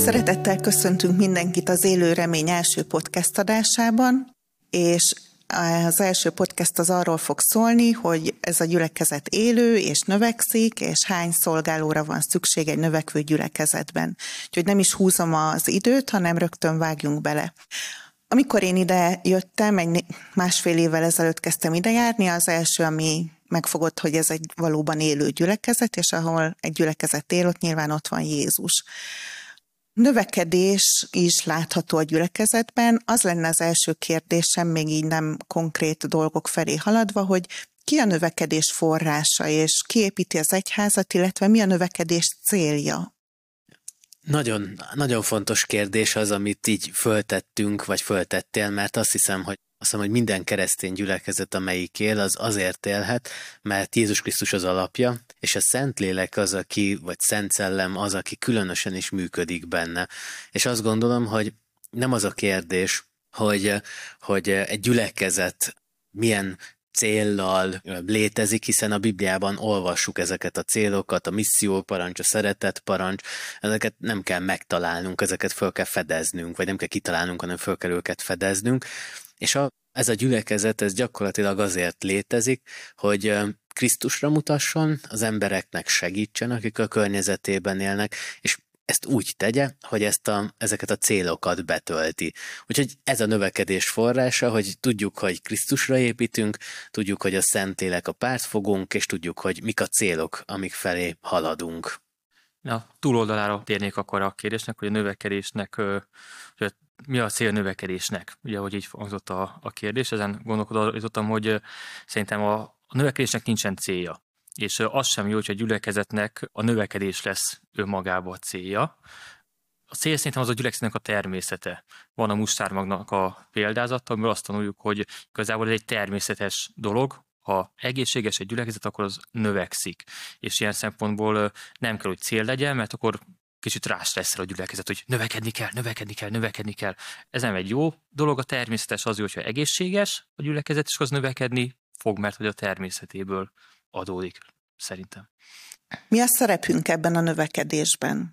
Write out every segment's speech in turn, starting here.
Szeretettel köszöntünk mindenkit az Élő Remény első podcast adásában, és az első podcast az arról fog szólni, hogy ez a gyülekezet élő és növekszik, és hány szolgálóra van szükség egy növekvő gyülekezetben. Úgyhogy nem is húzom az időt, hanem rögtön vágjunk bele. Amikor én ide jöttem, másfél évvel ezelőtt kezdtem ide járni, az első, ami megfogott, hogy ez egy valóban élő gyülekezet, és ahol egy gyülekezet él, ott nyilván ott van Jézus. Növekedés is látható a gyülekezetben. Az lenne az első kérdésem, még így nem konkrét dolgok felé haladva, hogy ki a növekedés forrása, és ki építi az egyházat, illetve mi a növekedés célja? Nagyon, nagyon fontos kérdés az, amit így föltettünk, vagy föltettél, mert azt hiszem, hogy minden keresztény gyülekezet, amelyik él, az azért élhet, mert Jézus Krisztus az alapja, és a Szentlélek az, vagy Szent Szellem az, aki különösen is működik benne. És azt gondolom, hogy nem az a kérdés, hogy egy gyülekezet milyen céllal létezik, hiszen a Bibliában olvassuk ezeket a célokat, a misszióparancs, a szeretetparancs, ezeket nem kell megtalálnunk, ezeket föl kell fedeznünk, vagy nem kell kitalálnunk, hanem föl kell őket fedeznünk, és ez a gyülekezet, ez gyakorlatilag azért létezik, hogy Krisztusra mutasson, az embereknek segítsen, akik a környezetében élnek, és ezt úgy tegye, hogy ezeket a célokat betölti. Úgyhogy ez a növekedés forrása, hogy tudjuk, hogy Krisztusra építünk, tudjuk, hogy a Szentlélek a pártfogónk, és tudjuk, hogy mik a célok, amik felé haladunk. Na, túloldalára térnék akkor a kérdésnek, hogy a növekedésnek, hogy mi a cél a növekedésnek? Ugye, hogy így hangzott a kérdés, ezen gondolkodottam, hogy szerintem a növekedésnek nincsen célja. És az sem jó, hogy a gyülekezetnek a növekedés lesz önmagában a célja. A cél szerintem az a gyülekezetnek a természete. Van a mustármagnak a példázata, amiből azt tanuljuk, hogy igazából ez egy természetes dolog. Ha egészséges egy gyülekezet, akkor az növekszik. És ilyen szempontból nem kell, hogy cél legyen, mert akkor kicsit rástresszel a gyülekezet, hogy növekedni kell. Ez nem egy jó dolog, a természetes az jó, hogyha egészséges a gyülekezet, és az növekedni fog, mert hogy a természetéből adódik, szerintem. Mi a szerepünk ebben a növekedésben?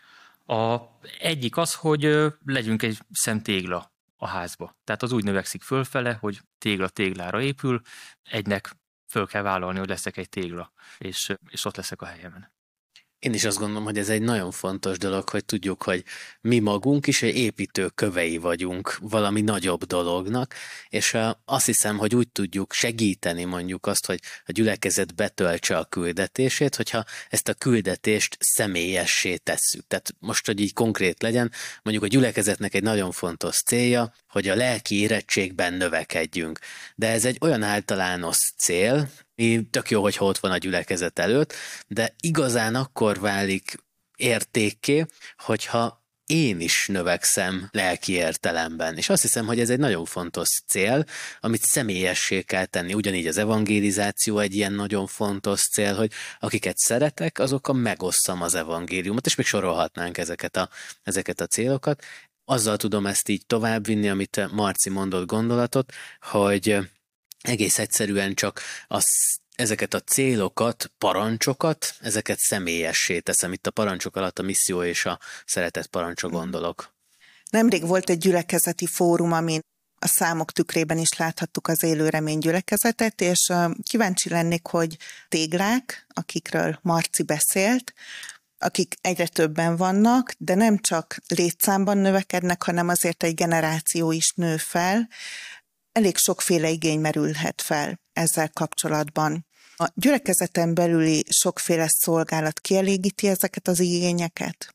Egyik az, hogy legyünk egy szemtégla a házba. Tehát az úgy növekszik fölfele, hogy tégla téglára épül, egynek föl kell vállalni, hogy leszek egy tégla, és ott leszek a helyemen. Én is azt gondolom, hogy ez egy nagyon fontos dolog, hogy tudjuk, hogy mi magunk is egy építőkövei vagyunk valami nagyobb dolognak, és azt hiszem, hogy úgy tudjuk segíteni mondjuk azt, hogy a gyülekezet betöltse a küldetését, hogyha ezt a küldetést személyessé tesszük. Tehát most, hogy így konkrét legyen, mondjuk a gyülekezetnek egy nagyon fontos célja, hogy a lelki érettségben növekedjünk. De ez egy olyan általános cél, tök jó, hogyha ott van a gyülekezet előtt, de igazán akkor válik értékké, hogyha én is növekszem lelki értelemben. És azt hiszem, hogy ez egy nagyon fontos cél, amit személyessé kell tenni. Ugyanígy az evangelizáció egy ilyen nagyon fontos cél, hogy akiket szeretek, azokkal megosszam az evangéliumot, és még sorolhatnánk ezeket a célokat. Azzal tudom ezt így továbbvinni, amit Marci mondott gondolatot, hogy egész egyszerűen csak ezeket a célokat, parancsokat, ezeket személyessé teszem. Itt a parancsok alatt a misszió és a szeretet parancsra gondolok. Nemrég volt egy gyülekezeti fórum, amin a számok tükrében is láthattuk az Élő Remény gyülekezetet, és kíváncsi lennék, hogy téglák, akikről Marci beszélt, akik egyre többen vannak, de nem csak létszámban növekednek, hanem azért egy generáció is nő fel. Elég sokféle igény merülhet fel ezzel kapcsolatban. A gyülekezeten belüli sokféle szolgálat kielégíti ezeket az igényeket?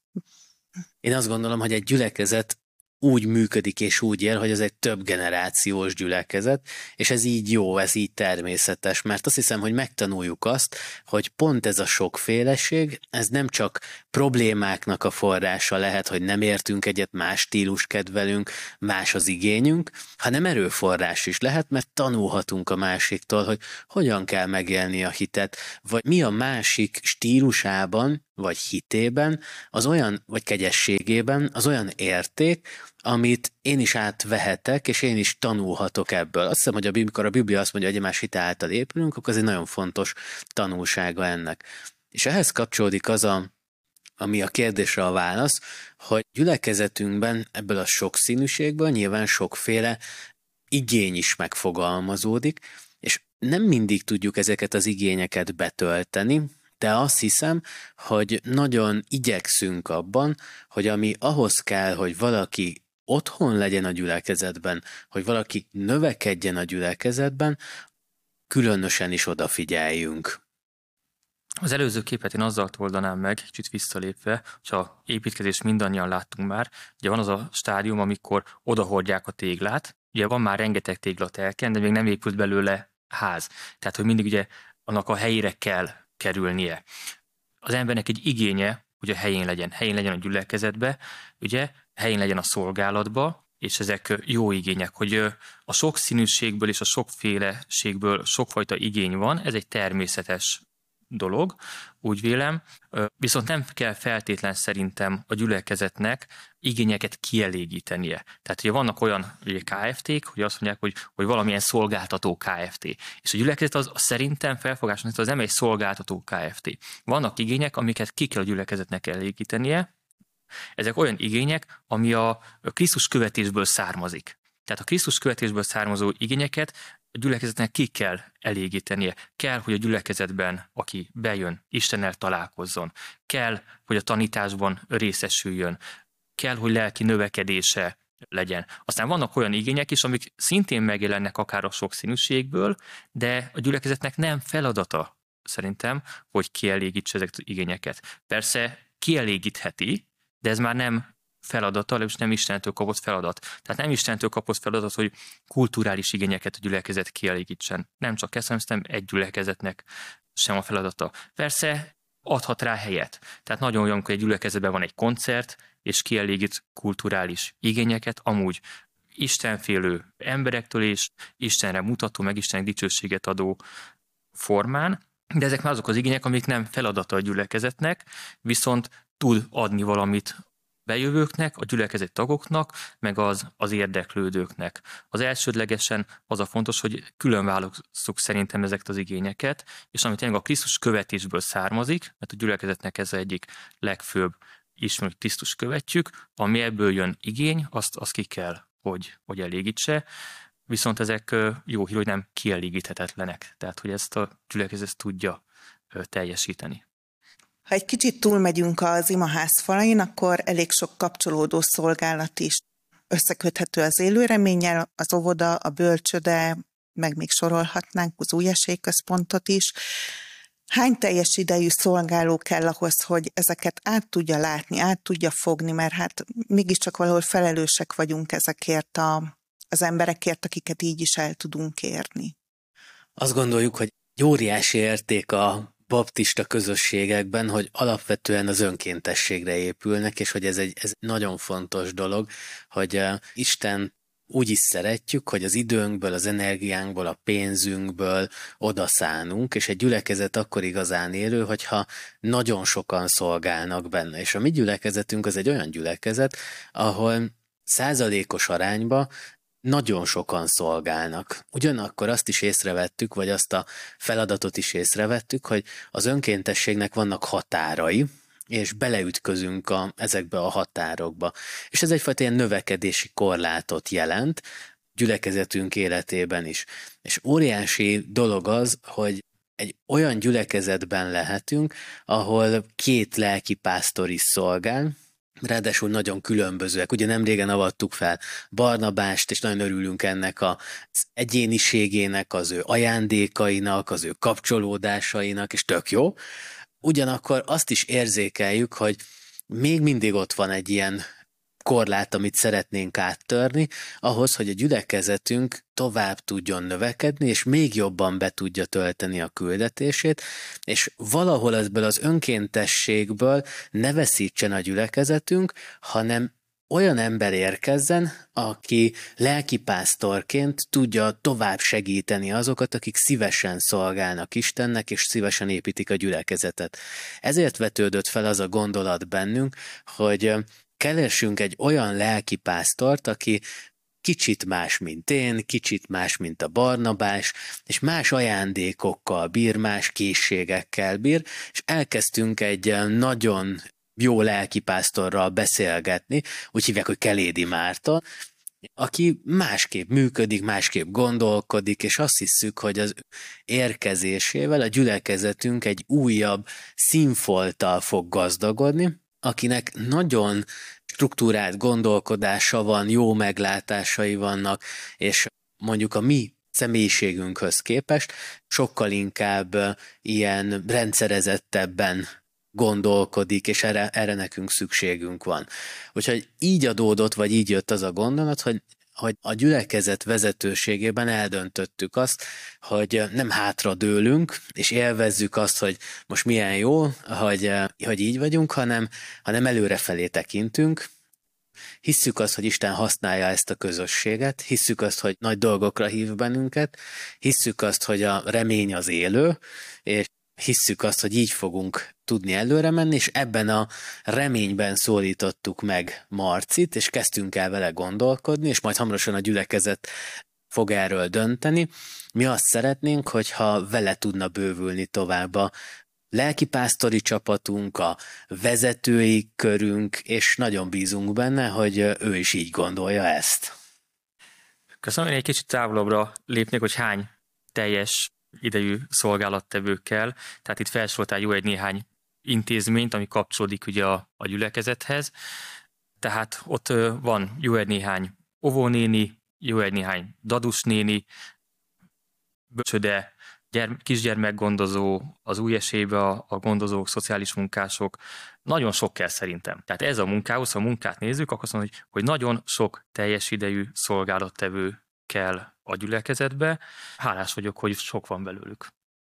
Én azt gondolom, hogy egy gyülekezet úgy működik és úgy él, hogy ez egy több generációs gyülekezet, és ez így jó, ez így természetes, mert azt hiszem, hogy megtanuljuk azt, hogy pont ez a sokféleség, ez nem csak problémáknak a forrása lehet, hogy nem értünk egyet, más stílust kedvelünk, más az igényünk, hanem erőforrás is lehet, mert tanulhatunk a másiktól, hogy hogyan kell megélni a hitet, vagy mi a másik stílusában, vagy hitében, az olyan, vagy kegyességében az olyan érték, amit én is átvehetek, és én is tanulhatok ebből. Azt hiszem, hogy amikor a Biblia azt mondja, hogy egymás hite által épülünk, akkor ez egy nagyon fontos tanulsága ennek. És ehhez kapcsolódik az ami a kérdésre a válasz, hogy gyülekezetünkben ebből a sokszínűségből nyilván sokféle igény is megfogalmazódik, és nem mindig tudjuk ezeket az igényeket betölteni, de azt hiszem, hogy nagyon igyekszünk abban, hogy ami ahhoz kell, hogy valaki otthon legyen a gyülekezetben, hogy valaki növekedjen a gyülekezetben, különösen is odafigyeljünk. Az előző képet én azzal oldanám meg, kicsit visszalépve, hogyha építkezést mindannyian láttunk már, ugye van az a stádium, amikor odahordják a téglát, ugye van már rengeteg téglatelken, de még nem épült belőle ház. Tehát, hogy mindig ugye annak a helyére kell kerülnie. Az embernek egy igénye, hogy a helyén legyen a gyülekezetbe, ugye, helyén legyen a szolgálatba, és ezek jó igények, hogy a sokszínűségből és a sokféleségből sokfajta igény van, ez egy természetes dolog, úgy vélem, viszont nem kell feltétlen szerintem a gyülekezetnek igényeket kielégítenie. Tehát ugye vannak olyan ugye KFT-k, hogy azt mondják, hogy valamilyen szolgáltató KFT. És a gyülekezet az szerintem felfogáson, az nem egy szolgáltató KFT. Vannak igények, amiket ki kell a gyülekezetnek elégítenie. Ezek olyan igények, ami a Krisztus követésből származik. Tehát a Krisztus követésből származó igényeket a gyülekezetnek ki kell elégítenie. Kell, hogy a gyülekezetben, aki bejön, Istennel találkozzon. Kell, hogy a tanításban részesüljön. Kell, hogy lelki növekedése legyen. Aztán vannak olyan igények is, amik szintén megjelennek akár a sokszínűségből, de a gyülekezetnek nem feladata szerintem, hogy kielégítse ezeket az igényeket. Persze kielégítheti, de ez már nem feladata, és nem Istentől kapott feladat. Tehát nem Istentől kapott feladat, hogy kulturális igényeket a gyülekezet kielégítsen. Nem csak ezt, hanem egy gyülekezetnek sem a feladata. Persze adhat rá helyet. Tehát nagyon olyan, amikor egy gyülekezetben van egy koncert, és kielégít kulturális igényeket, amúgy istenfélő emberektől és Istenre mutató, meg Istennek dicsőséget adó formán, de ezek már azok az igények, amik nem feladata a gyülekezetnek, viszont tud adni valamit bejövőknek, a gyülekezet tagoknak, meg az érdeklődőknek. Az elsődlegesen az a fontos, hogy külön válasszuk szerintem ezeket az igényeket, és amit tényleg a Krisztus követésből származik, mert a gyülekezetnek ez egyik legfőbb ismerő Krisztus követjük, ami ebből jön igény, azt ki kell, hogy elégítse, viszont ezek jó hír, hogy nem kielégíthetetlenek, tehát hogy ezt a gyülekezet tudja teljesíteni. Ha egy kicsit túlmegyünk az imaház falain, akkor elég sok kapcsolódó szolgálat is összeköthető az élőreménnyel, az óvoda, a bölcsöde, meg még sorolhatnánk az új esélyközpontot is. Hány teljes idejű szolgáló kell ahhoz, hogy ezeket át tudja látni, át tudja fogni, mert hát mégiscsak valahol felelősek vagyunk ezekért az emberekért, akiket így is el tudunk érni. Azt gondoljuk, hogy óriási érték a baptista közösségekben, hogy alapvetően az önkéntességre épülnek, és hogy ez egy nagyon fontos dolog, hogy Isten úgy is szeretjük, hogy az időnkből, az energiánkból, a pénzünkből odaszánunk, és egy gyülekezet akkor igazán élő, hogyha nagyon sokan szolgálnak benne. És a mi gyülekezetünk az egy olyan gyülekezet, ahol százalékos arányba nagyon sokan szolgálnak. Ugyanakkor azt is észrevettük, vagy azt a feladatot is észrevettük, hogy az önkéntességnek vannak határai, és beleütközünk ezekbe a határokba. És ez egyfajta ilyen növekedési korlátot jelent gyülekezetünk életében is. És óriási dolog az, hogy egy olyan gyülekezetben lehetünk, ahol két lelkipásztor is szolgál, ráadásul nagyon különbözőek. Ugye nem régen avattuk fel Barnabást, és nagyon örülünk ennek az egyéniségének, az ő ajándékainak, az ő kapcsolódásainak, és tök jó. Ugyanakkor azt is érzékeljük, hogy még mindig ott van egy ilyen korlát, amit szeretnénk áttörni, ahhoz, hogy a gyülekezetünk tovább tudjon növekedni, és még jobban be tudja tölteni a küldetését, és valahol ebből az önkéntességből ne veszítsen a gyülekezetünk, hanem olyan ember érkezzen, aki lelkipásztorként tudja tovább segíteni azokat, akik szívesen szolgálnak Istennek, és szívesen építik a gyülekezetet. Ezért vetődött fel az a gondolat bennünk, hogy keresünk egy olyan lelkipásztort, aki kicsit más, mint én, kicsit más, mint a Barnabás, és más ajándékokkal bír, más készségekkel bír, és elkezdtünk egy nagyon jó lelkipásztorral beszélgetni, úgy hívják, hogy Kelédi Márton, aki másképp működik, másképp gondolkodik, és azt hiszük, hogy az érkezésével a gyülekezetünk egy újabb színfolttal fog gazdagodni, akinek nagyon struktúrált gondolkodása van, jó meglátásai vannak, és mondjuk a mi személyiségünkhöz képest sokkal inkább ilyen rendszerezettebben gondolkodik, és erre nekünk szükségünk van. Úgyhogy így adódott, vagy így jött az a gondolat, hogy a gyülekezet vezetőségében eldöntöttük azt, hogy nem hátradőlünk, és élvezzük azt, hogy most milyen jó, hogy így vagyunk, hanem előrefelé tekintünk. Hisszük azt, hogy Isten használja ezt a közösséget, hisszük azt, hogy nagy dolgokra hív bennünket, hisszük azt, hogy a remény az élő, és hisszük azt, hogy így fogunk tudni előre menni, és ebben a reményben szólítottuk meg Marcit, és kezdtünk el vele gondolkodni, és majd hamarosan a gyülekezet fog erről dönteni. Mi azt szeretnénk, hogyha vele tudna bővülni tovább a lelkipásztori csapatunk, a vezetői körünk, és nagyon bízunk benne, hogy ő is így gondolja ezt. Köszönöm, én egy kicsit távolabbra lépnék, hogy hány teljes idejű szolgálattevőkkel, tehát itt felsoroltál jó egy néhány intézményt, ami kapcsolódik ugye a gyülekezethez, tehát ott van jó egy néhány óvónéni, jó egy néhány dadusnéni, bölcsöde, kisgyermekgondozó, az új esélybe a gondozók, szociális munkások, nagyon sok kell szerintem. Tehát ez a munkához, ha a munkát nézzük, akkor azt mondom, hogy nagyon sok teljes idejű szolgálattevő kell a gyülekezetbe. Hálás vagyok, hogy sok van belőlük.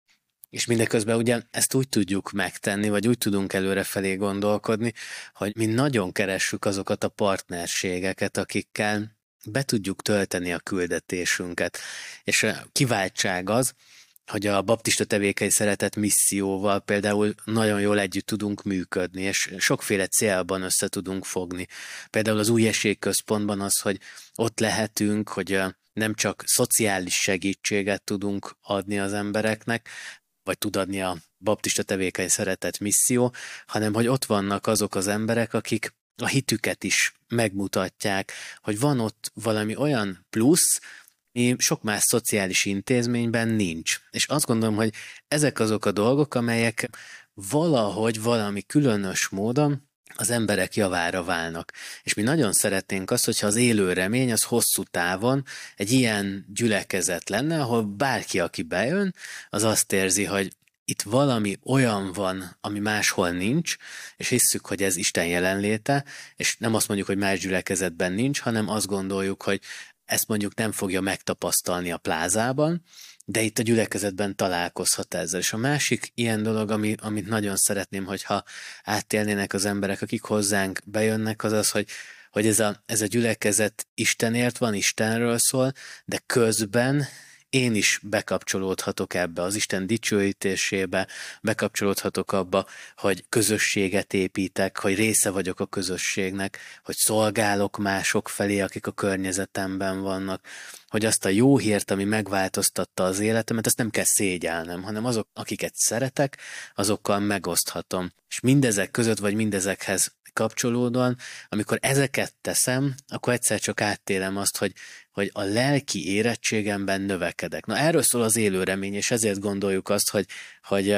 És mindeközben ugye ezt úgy tudjuk megtenni, vagy úgy tudunk előrefelé gondolkodni, hogy mi nagyon keressük azokat a partnerségeket, akikkel be tudjuk tölteni a küldetésünket. És a kiváltság az, hogy a baptista tevékeny szeretet misszióval például nagyon jól együtt tudunk működni, és sokféle célban össze tudunk fogni. Például az Új Esély-központban az, hogy ott lehetünk, hogy nem csak szociális segítséget tudunk adni az embereknek, vagy tud adni a baptista tevékeny szeretet misszió, hanem hogy ott vannak azok az emberek, akik a hitüket is megmutatják, hogy van ott valami olyan plusz, ami sok más szociális intézményben nincs. És azt gondolom, hogy ezek azok a dolgok, amelyek valahogy valami különös módon az emberek javára válnak. És mi nagyon szeretnénk azt, hogyha az élő remény az hosszú távon egy ilyen gyülekezet lenne, ahol bárki, aki bejön, az azt érzi, hogy itt valami olyan van, ami máshol nincs, és hisszük, hogy ez Isten jelenléte, és nem azt mondjuk, hogy más gyülekezetben nincs, hanem azt gondoljuk, hogy ezt mondjuk nem fogja megtapasztalni a plázában, de itt a gyülekezetben találkozhat ezzel. És a másik ilyen dolog, amit nagyon szeretném, hogyha áttélnének az emberek, akik hozzánk bejönnek, az az, hogy ez a gyülekezet Istenért van, Istenről szól, de közben én is bekapcsolódhatok ebbe, az Isten dicsőítésébe, bekapcsolódhatok abba, hogy közösséget építek, hogy része vagyok a közösségnek, hogy szolgálok mások felé, akik a környezetemben vannak, hogy azt a jó hírt, ami megváltoztatta az életemet, azt nem kell szégyelnem, hanem azok, akiket szeretek, azokkal megoszthatom. És mindezek között, vagy mindezekhez kapcsolódóan, amikor ezeket teszem, akkor egyszer csak áttélem azt, hogy a lelki érettségemben növekedek. Na erről szól az élő remény, és ezért gondoljuk azt, hogy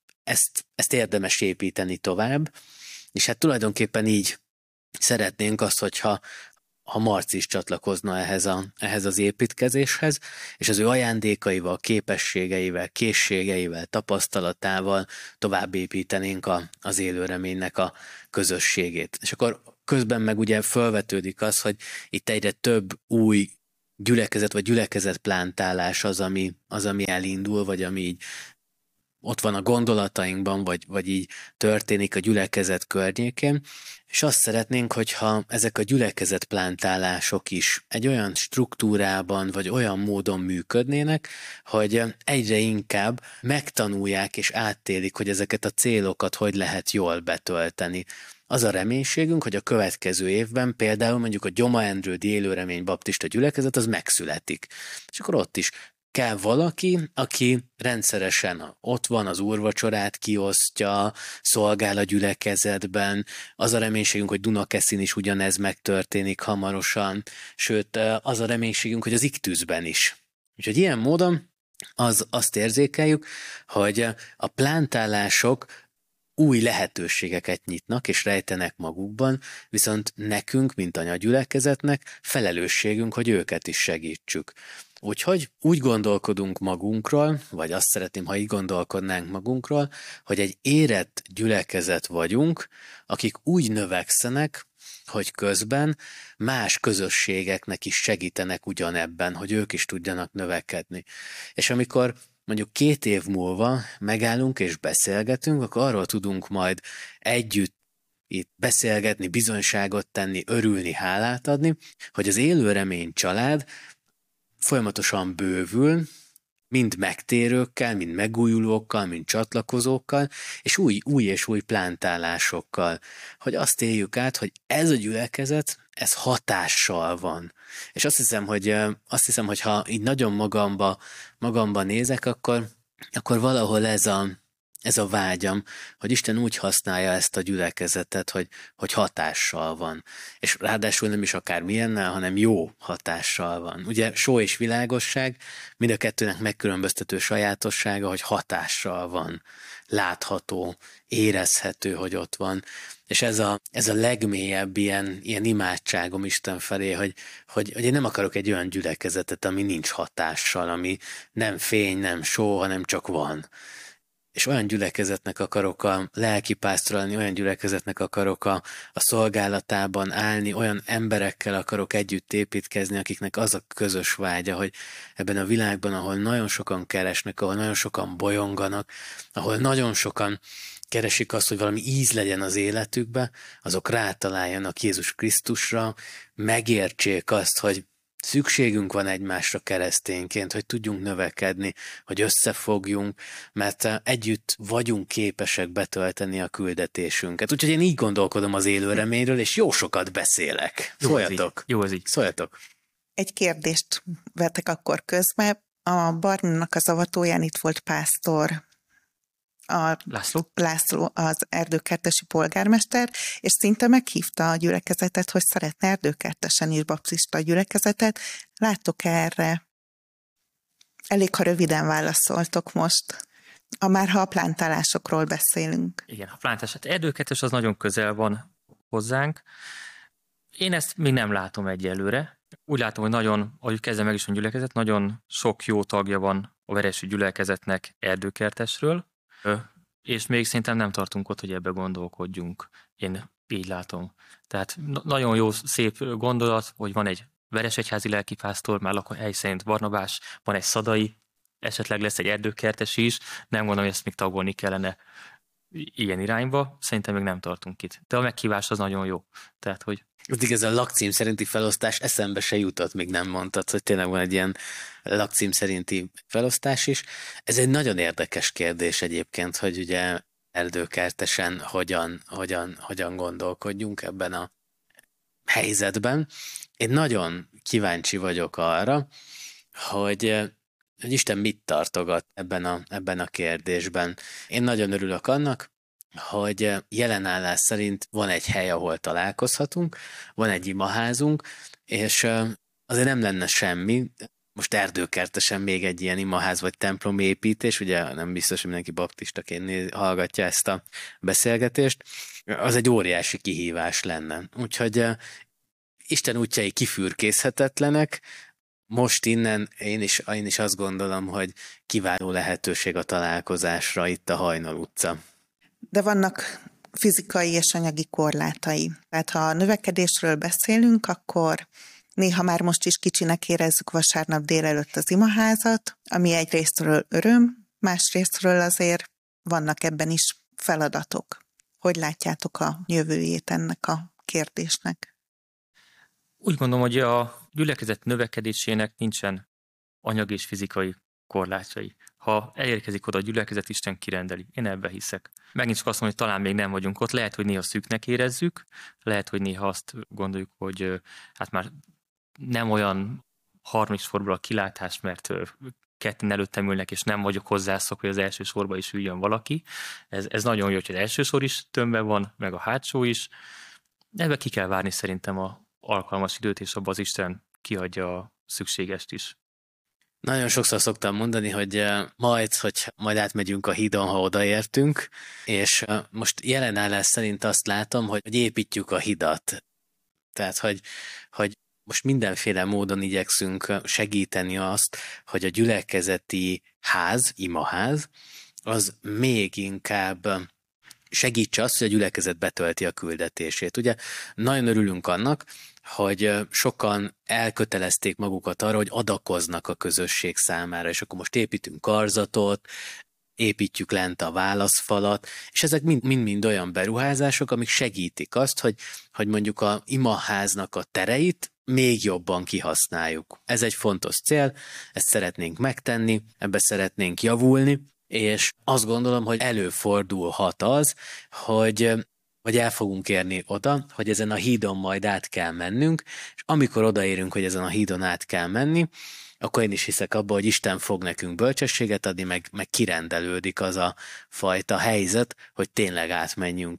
ezt érdemes építeni tovább, és hát tulajdonképpen így szeretnénk azt, hogyha Marci is csatlakozna ehhez az építkezéshez, és az ő ajándékaival, képességeivel, készségeivel, tapasztalatával tovább építenénk az élő reménynek a közösségét. És akkor közben meg ugye felvetődik az, hogy itt egyre több új gyülekezet vagy gyülekezetplántálás az, ami elindul, vagy ami így ott van a gondolatainkban, vagy így történik a gyülekezet környékén, és azt szeretnénk, hogyha ezek a gyülekezetplántálások is egy olyan struktúrában, vagy olyan módon működnének, hogy egyre inkább megtanulják és áttélik, hogy ezeket a célokat hogy lehet jól betölteni. Az a reménységünk, hogy a következő évben például mondjuk a Gyoma Endrődi Élő Remény Baptista gyülekezet az megszületik. És akkor ott is kell valaki, aki rendszeresen ott van, az úrvacsorát kiosztja, szolgál a gyülekezetben. Az a reménységünk, hogy Dunakeszin is ugyanez megtörténik hamarosan, sőt, az a reménységünk, hogy az Iktüszben is. Úgyhogy ilyen módon azt érzékeljük, hogy a plántálások új lehetőségeket nyitnak és rejtenek magukban, viszont nekünk, mint anyagyülekezetnek felelősségünk, hogy őket is segítsük. Úgyhogy úgy gondolkodunk magunkról, vagy azt szeretném, ha így gondolkodnánk magunkról, hogy egy érett gyülekezet vagyunk, akik úgy növekszenek, hogy közben más közösségeknek is segítenek ugyanebben, hogy ők is tudjanak növekedni. És amikor mondjuk 2 év múlva megállunk és beszélgetünk, akkor arról tudunk majd együtt itt beszélgetni, bizonyságot tenni, örülni, hálát adni, hogy az Élő Remény család folyamatosan bővül, mind megtérőkkel, mind megújulókkal, mind csatlakozókkal, és új és új plántállásokkal, hogy azt éljük át, hogy ez a gyülekezet, ez hatással van. És azt hiszem, hogy ha így nagyon magamba nézek, akkor valahol ez a vágyam, hogy Isten úgy használja ezt a gyülekezetet, hogy hatással van. És ráadásul nem is akár milyennel, hanem jó hatással van. Ugye só és világosság, mind a kettőnek megkülönböztető sajátossága, hogy hatással van, látható, érezhető, hogy ott van. És ez a legmélyebb ilyen imádságom Isten felé, hogy én nem akarok egy olyan gyülekezetet, ami nincs hatással, ami nem fény, nem só, hanem csak van. És olyan gyülekezetnek akarok a lelkipásztorálni, olyan gyülekezetnek akarok a szolgálatában állni, olyan emberekkel akarok együtt építkezni, akiknek az a közös vágya, hogy ebben a világban, ahol nagyon sokan keresnek, ahol nagyon sokan bolyonganak, ahol nagyon sokan keresik azt, hogy valami íz legyen az életükbe, azok rátaláljanak Jézus Krisztusra, megértsék azt, hogy szükségünk van egymásra keresztényként, hogy tudjunk növekedni, hogy összefogjunk, mert együtt vagyunk képesek betölteni a küldetésünket. Úgyhogy én így gondolkodom az Élő Reményről, és jó sokat beszélek. Szóljatok! Jó az így. Szóljatok! Egy kérdést vettek akkor közbe. A Barninak az avatóján itt volt pásztor, László, az erdőkertesi polgármester, és szinte meghívta a gyülekezetet, hogy szeretne erdőkertesen is baptista gyülekezetet. Láttok erre? Elég, ha röviden válaszoltok most. Ha a plántálásokról beszélünk. Igen, a plántálás. Hát erdőkertes az nagyon közel van hozzánk. Én ezt még nem látom egyelőre. Úgy látom, hogy ahogy kezdem meg is a gyülekezet, nagyon sok jó tagja van a Veresi gyülekezetnek erdőkertesről, és még szerintem nem tartunk ott, hogy ebbe gondolkodjunk. Én így látom. Tehát nagyon jó, szép gondolat, hogy van egy veresegyházi lelkipásztor, már lakóhely szerint Barnabás, van egy szadai, esetleg lesz egy erdőkertes is, nem gondolom, hogy ezt még tagolni kellene ilyen irányba, szerintem még nem tartunk itt. De a meghívás az nagyon jó. Tehát, hogy... Addig ez a lakcím szerinti felosztás eszembe se jutott, még nem mondtad, hogy tényleg van egy ilyen lakcím szerinti felosztás is. Ez egy nagyon érdekes kérdés egyébként, hogy ugye erdőkertesen hogyan gondolkodjunk ebben a helyzetben. Én nagyon kíváncsi vagyok arra, hogy Isten mit tartogat ebben a kérdésben. Én nagyon örülök annak, hogy jelen állás szerint van egy hely, ahol találkozhatunk, van egy imaházunk, és azért nem lenne semmi, most erdőkertesen még egy ilyen imaház vagy templom építés, ugye nem biztos, hogy mindenki baptistaként hallgatja ezt a beszélgetést, az egy óriási kihívás lenne. Úgyhogy Isten útjai kifürkészhetetlenek, most innen én is azt gondolom, hogy kiváló lehetőség a találkozásra itt a Hajnal utca. De vannak fizikai és anyagi korlátai. Tehát ha a növekedésről beszélünk, akkor néha már most is kicsinek érezzük vasárnap délelőtt az imaházat, ami egyrésztről öröm, másrésztről azért vannak ebben is feladatok. Hogy látjátok a jövőjét ennek a kérdésnek? Úgy gondolom, hogy a gyülekezet növekedésének nincsen anyagi és fizikai korlátjai. Ha elérkezik oda a gyülekezet, Isten kirendeli. Én ebben hiszek. Megint csak azt mondom, hogy talán még nem vagyunk ott. Lehet, hogy néha szűknek érezzük, lehet, hogy néha azt gondoljuk, hogy hát már nem olyan harmadiksorból a kilátás, mert ketten előttem ülnek, és nem vagyok hozzászok, hogy az első sorba is üljön valaki. Ez nagyon jó, hogy az első sor is tömbben van, meg a hátsó is. Ebbe ki kell várni szerintem a alkalmas időt, és abban az Isten kiadja a szükségest is. Nagyon sokszor szoktam mondani, hogy majd átmegyünk a hídon, ha odaértünk, és most jelenállás szerint azt látom, hogy építjük a hidat. Tehát, hogy most mindenféle módon igyekszünk segíteni azt, hogy a gyülekezeti ház, imaház, az még inkább segítse azt, hogy a gyülekezet betölti a küldetését. Ugye nagyon örülünk annak, hogy sokan elkötelezték magukat arra, hogy adakoznak a közösség számára, és akkor most építünk karzatot, építjük lent a válaszfalat, és ezek mind-mind olyan beruházások, amik segítik azt, hogy mondjuk a imaháznak a tereit még jobban kihasználjuk. Ez egy fontos cél, ezt szeretnénk megtenni, ebbe szeretnénk javulni, és azt gondolom, hogy előfordulhat az, hogy el fogunk érni oda, hogy ezen a hídon majd át kell mennünk, és amikor odaérünk, hogy ezen a hídon át kell menni, akkor én is hiszek abba, hogy Isten fog nekünk bölcsességet adni, meg kirendelődik az a fajta helyzet, hogy tényleg átmenjünk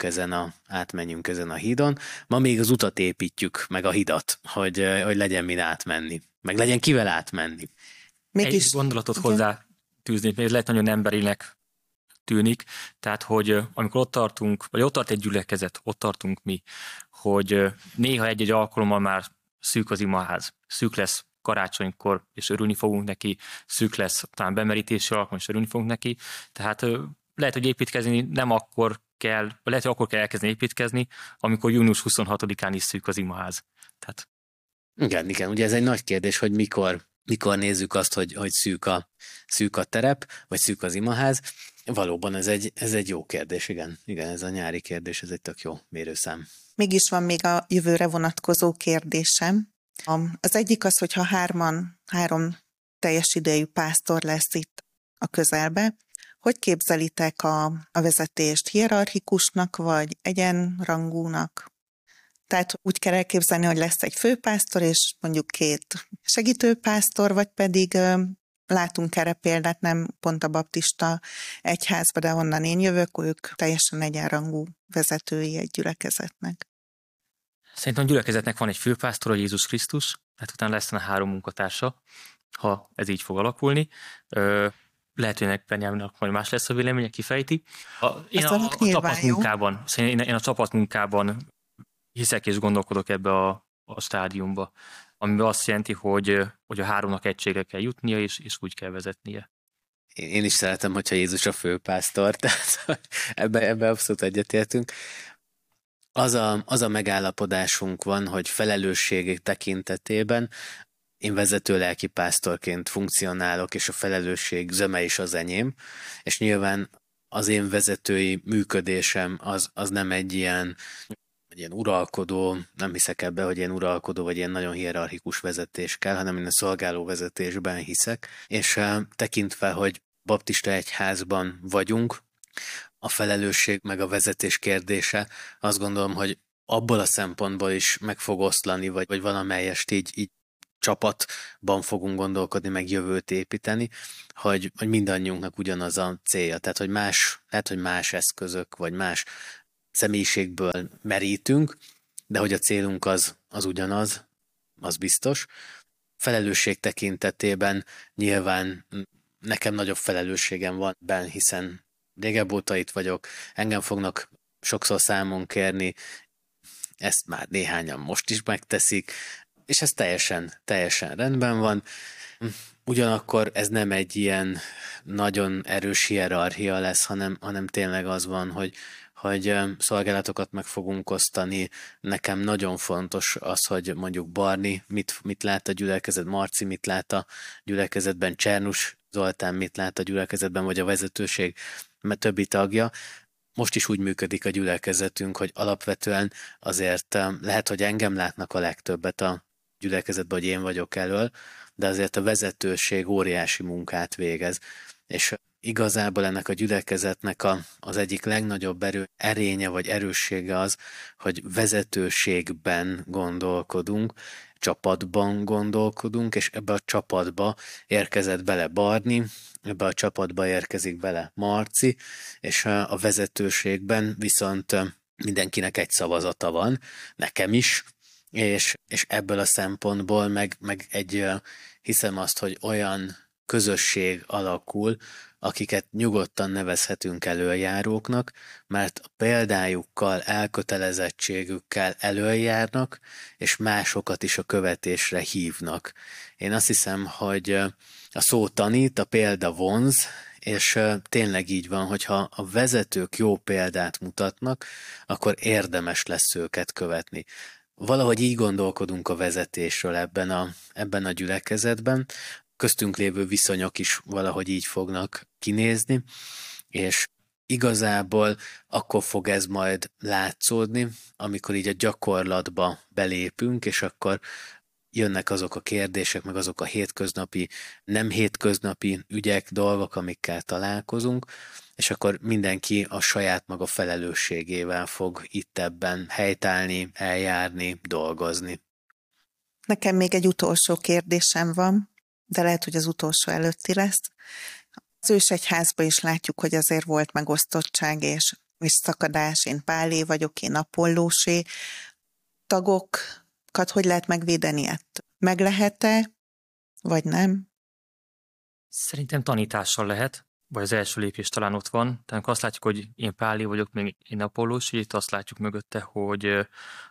ezen a hídon. Ma még az utat építjük, meg a hidat, hogy legyen min átmenni, meg legyen kivel átmenni. Egy gondolatot hozzá tűzni, ez lehet nagyon emberinek tűnik, tehát, hogy amikor ott tartunk, vagy ott tart egy gyülekezet, ott tartunk mi, hogy néha egy-egy alkalommal már szűk az imaház, szűk lesz karácsonykor, és örülni fogunk neki, szűk lesz talán bemerítési alkalom, és örülni fogunk neki, tehát lehet, hogy építkezni nem akkor kell, vagy lehet, hogy akkor kell elkezdeni építkezni, amikor június 26-án is szűk az imaház. Tehát... Igen, ugye ez egy nagy kérdés, hogy mikor nézzük azt, hogy szűk a terep, vagy szűk az imaház. Valóban ez egy jó kérdés, igen, ez a nyári kérdés, ez egy tök jó mérőszám. Mégis van még a jövőre vonatkozó kérdésem. Az egyik az, hogyha három teljes idejű pásztor lesz itt a közelbe, hogy képzelitek a vezetést, hierarchikusnak vagy egyenrangúnak? Tehát úgy kell elképzelni, hogy lesz egy főpásztor, és mondjuk 2 segítőpásztor, vagy pedig látunk erre példát, nem pont a baptista egyházba, de onnan én jövök, ők teljesen egyenrangú vezetői egy gyülekezetnek. Szerintem a gyülekezetnek van egy főpásztor, a Jézus Krisztus, tehát utána lesz a 3 munkatársa, ha ez így fog alakulni. Lehet, hogy Benyáminnak majd más lesz a véleménye, kifejti. Én a csapatmunkában hiszek és gondolkodok ebbe a stádiumba, amiben azt jelenti, hogy a 3-nak egységre kell jutnia, és úgy kell vezetnie. Én is szeretem, hogyha Jézus a főpásztor, tehát ebbe abszolút egyetértünk. Az a megállapodásunk van, hogy felelősség tekintetében én vezető lelkipásztorként funkcionálok, és a felelősség zöme is az enyém, és nyilván az én vezetői működésem az nem egy ilyen uralkodó, nem hiszek ebbe, hogy ilyen uralkodó, vagy ilyen nagyon hierarchikus vezetés kell, hanem én a szolgáló vezetésben hiszek, és tekintve, hogy baptista egyházban vagyunk, a felelősség meg a vezetés kérdése, azt gondolom, hogy abból a szempontból is meg fog oszlani, vagy valamelyest így csapatban fogunk gondolkodni, meg jövőt építeni, hogy mindannyiunknak ugyanaz a célja. Tehát, hogy lehet, hogy más eszközök, vagy más személyiségből merítünk, de hogy a célunk az ugyanaz, az biztos. Felelősség tekintetében nyilván nekem nagyobb felelősségem van benne, hiszen régebb óta itt vagyok, engem fognak sokszor számon kérni, ezt már néhányan most is megteszik, és ez teljesen rendben van. Ugyanakkor ez nem egy ilyen nagyon erős hierarchia lesz, hanem tényleg az van, hogy szolgálatokat meg fogunk osztani. Nekem nagyon fontos az, hogy mondjuk Barni mit lát a gyülekezet, Marci mit lát a gyülekezetben, Csernus Zoltán mit lát a gyülekezetben, vagy a vezetőség többi tagja. Most is úgy működik a gyülekezetünk, hogy alapvetően azért lehet, hogy engem látnak a legtöbbet a gyülekezetben, hogy én vagyok elől, de azért a vezetőség óriási munkát végez. És igazából ennek a gyülekezetnek az egyik legnagyobb erénye vagy erőssége az, hogy vezetőségben gondolkodunk. csapatban gondolkodunk, és ebbe a csapatba érkezett bele Barni, ebbe a csapatba érkezik bele Marci, és a vezetőségben viszont mindenkinek egy szavazata van, nekem is, és ebből a szempontból meg hiszem azt, hogy olyan közösség alakul, akiket nyugodtan nevezhetünk elöljáróknak, mert a példájukkal, elkötelezettségükkel elöljárnak, és másokat is a követésre hívnak. Én azt hiszem, hogy a szó tanít, a példa vonz, és tényleg így van, hogyha a vezetők jó példát mutatnak, akkor érdemes lesz őket követni. Valahogy így gondolkodunk a vezetésről ebben a gyülekezetben, köztünk lévő viszonyok is valahogy így fognak kinézni, és igazából akkor fog ez majd látszódni, amikor így a gyakorlatba belépünk, és akkor jönnek azok a kérdések, meg azok a hétköznapi, nem hétköznapi ügyek, dolgok, amikkel találkozunk, és akkor mindenki a saját maga felelősségével fog itt ebben helytállni, eljárni, dolgozni. Nekem még egy utolsó kérdésem van, de lehet, hogy az utolsó előtti lesz. Az ősegyházban is látjuk, hogy azért volt megosztottság és szakadás, én Pálé vagyok, én Apollósé. Tagokat hogy lehet megvédeni ettől? Meg lehet-e, vagy nem? Szerintem tanítással lehet, vagy az első lépés talán ott van. Tehát azt látjuk, hogy én Pálé vagyok, még én Apollósé, itt azt látjuk mögötte, hogy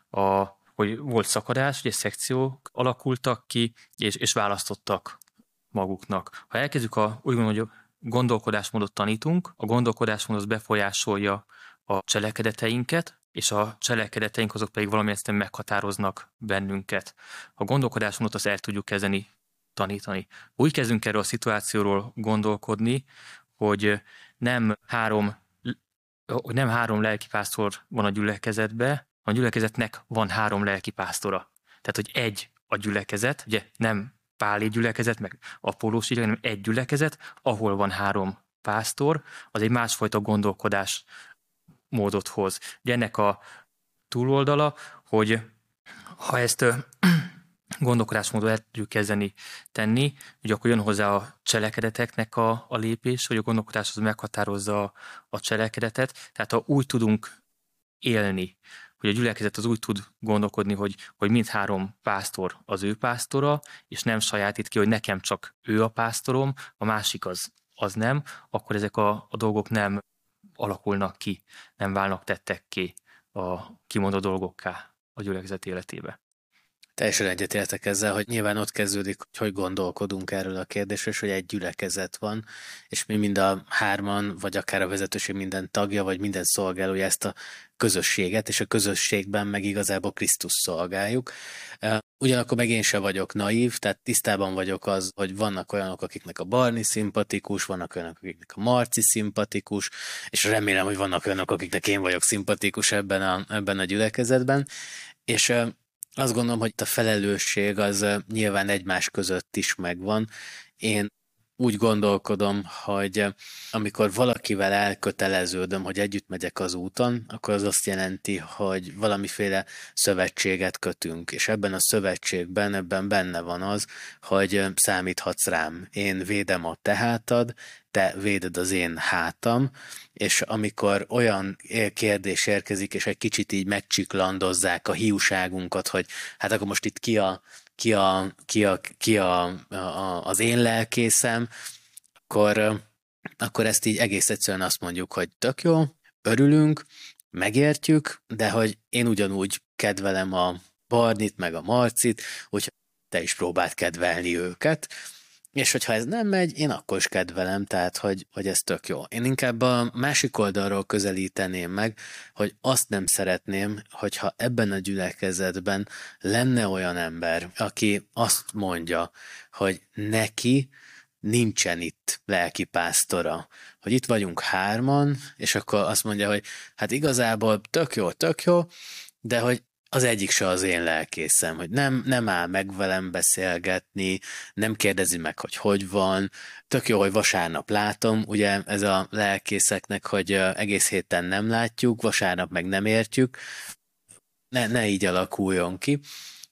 volt szakadás, hogy szekciók alakultak ki, és választottak maguknak. Ha elkezdjük úgy gondolom, hogy gondolkodásmódot tanítunk, a gondolkodásmód az befolyásolja a cselekedeteinket, és a cselekedeteink azok pedig valamilyen szinten meghatároznak bennünket. A gondolkodásmódot azt el tudjuk kezdeni tanítani. Úgy kezdünk erről a szituációról gondolkodni, hogy nem három lelkipásztor van a gyülekezetben, a gyülekezetnek van 3 lelkipásztora. Tehát, hogy egy a gyülekezet, ugye nem Pálé gyülekezet, meg Apollósi gyülekezet, hanem egy gyülekezet, ahol van 3 pásztor, az egy másfajta gondolkodás módot hoz. Ugye ennek a túloldala, hogy ha ezt gondolkodásmódot el tudjuk kezdeni tenni, ugye akkor jön hozzá a cselekedeteknek a lépés, hogy a gondolkodás az meghatározza a cselekedetet, tehát ha úgy tudunk élni, hogy a gyülekezet az úgy tud gondolkodni, hogy mindhárom pásztor az ő pásztora, és nem sajátít ki, hogy nekem csak ő a pásztorom, a másik az nem, akkor ezek a dolgok nem alakulnak ki, nem válnak tettekké a kimondott dolgokká a gyülekezet életébe. Teljesen egyetértek ezzel, hogy nyilván ott kezdődik, hogy gondolkodunk erről a kérdésről, és hogy egy gyülekezet van, és mi mind a 3, vagy akár a vezetőség minden tagja, vagy minden szolgálója ezt a közösséget, és a közösségben meg igazából Krisztus szolgáljuk. Ugyanakkor meg én sem vagyok naív, tehát tisztában vagyok az, hogy vannak olyanok, akiknek a Barni szimpatikus, vannak olyanok, akiknek a Marci szimpatikus, és remélem, hogy vannak olyanok, akiknek én vagyok szimpatikus ebben a gyülekezetben, és azt gondolom, hogy a felelősség az nyilván egymás között is megvan. Én úgy gondolkodom, hogy amikor valakivel elköteleződöm, hogy együtt megyek az úton, akkor az azt jelenti, hogy valamiféle szövetséget kötünk, és ebben a szövetségben, ebben benne van az, hogy számíthatsz rám. Én védem a te hátad, te véded az én hátam, és amikor olyan kérdés érkezik, és egy kicsit így megcsiklandozzák a hiúságunkat, hogy hát akkor most itt ki az én lelkészem, akkor ezt így egész egyszerűen azt mondjuk, hogy tök jó, örülünk, megértjük, de hogy én ugyanúgy kedvelem a Barnit, meg a Marcit, úgyhogy te is próbáld kedvelni őket, és hogyha ez nem megy, én akkor is kedvelem, tehát hogy ez tök jó. Én inkább a másik oldalról közelíteném meg, hogy azt nem szeretném, hogyha ebben a gyülekezetben lenne olyan ember, aki azt mondja, hogy neki nincsen itt lelkipásztora, hogy itt vagyunk 3, és akkor azt mondja, hogy hát igazából tök jó, de hogy az egyik se az én lelkészem, hogy nem áll meg velem beszélgetni, nem kérdezi meg, hogy van, tök jó, hogy vasárnap látom, ugye ez a lelkészeknek, hogy egész héten nem látjuk, vasárnap meg nem értjük, ne így alakuljon ki,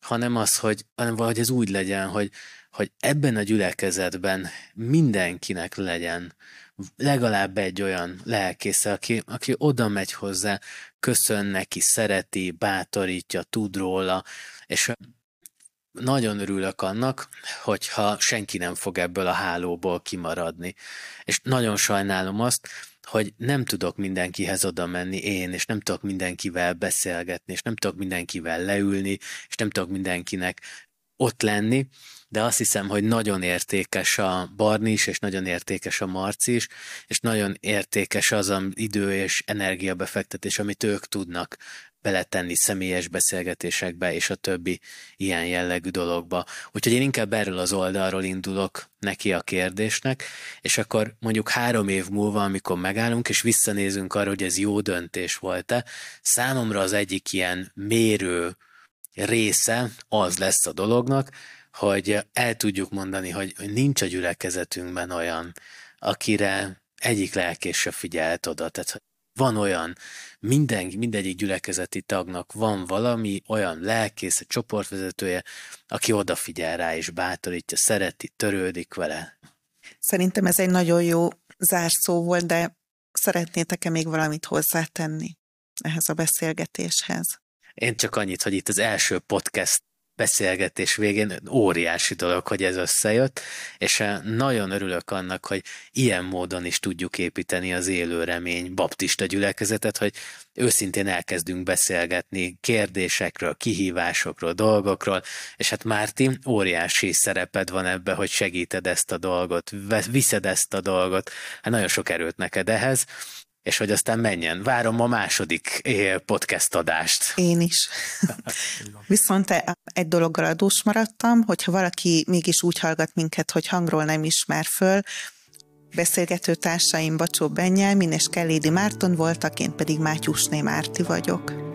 hanem valahogy ez úgy legyen, hogy ebben a gyülekezetben mindenkinek legyen legalább egy olyan lelkésze, aki oda megy hozzá, köszön neki, szereti, bátorítja, tud róla, és nagyon örülök annak, hogyha senki nem fog ebből a hálóból kimaradni. És nagyon sajnálom azt, hogy nem tudok mindenkihez oda menni én, és nem tudok mindenkivel beszélgetni, és nem tudok mindenkivel leülni, és nem tudok mindenkinek ott lenni, de azt hiszem, hogy nagyon értékes a Barni is, és nagyon értékes a Marci is, és nagyon értékes az az idő és energiabefektetés, amit ők tudnak beletenni személyes beszélgetésekbe, és a többi ilyen jellegű dologba. Úgyhogy én inkább erről az oldalról indulok neki a kérdésnek, és akkor mondjuk 3 év múlva, amikor megállunk, és visszanézünk arra, hogy ez jó döntés volt-e, számomra az egyik ilyen mérő része az lesz a dolognak, hogy el tudjuk mondani, hogy nincs a gyülekezetünkben olyan, akire egyik lelkész se figyelt oda. Tehát van olyan, mindegyik gyülekezeti tagnak van valami olyan lelkész, csoportvezetője, aki odafigyel rá és bátorítja, szereti, törődik vele. Szerintem ez egy nagyon jó zárszó volt, de szeretnétek-e még valamit hozzátenni ehhez a beszélgetéshez? Én csak annyit, hogy itt az első podcast beszélgetés végén óriási dolog, hogy ez összejött, és nagyon örülök annak, hogy ilyen módon is tudjuk építeni az Élő Remény baptista gyülekezetet, hogy őszintén elkezdünk beszélgetni kérdésekről, kihívásokról, dolgokról, és hát Márti, óriási szereped van ebbe, hogy segíted ezt a dolgot, viszed ezt a dolgot, hát nagyon sok erőt neked ehhez, és hogy aztán menjen. Várom a második podcast adást. Én is. Viszont egy dologgal adós maradtam, hogyha valaki mégis úgy hallgat minket, hogy hangról nem ismer föl, beszélgető társaim Bacsó Benyelmin és Kellédi Márton voltak, én pedig Mátyusné Márti vagyok.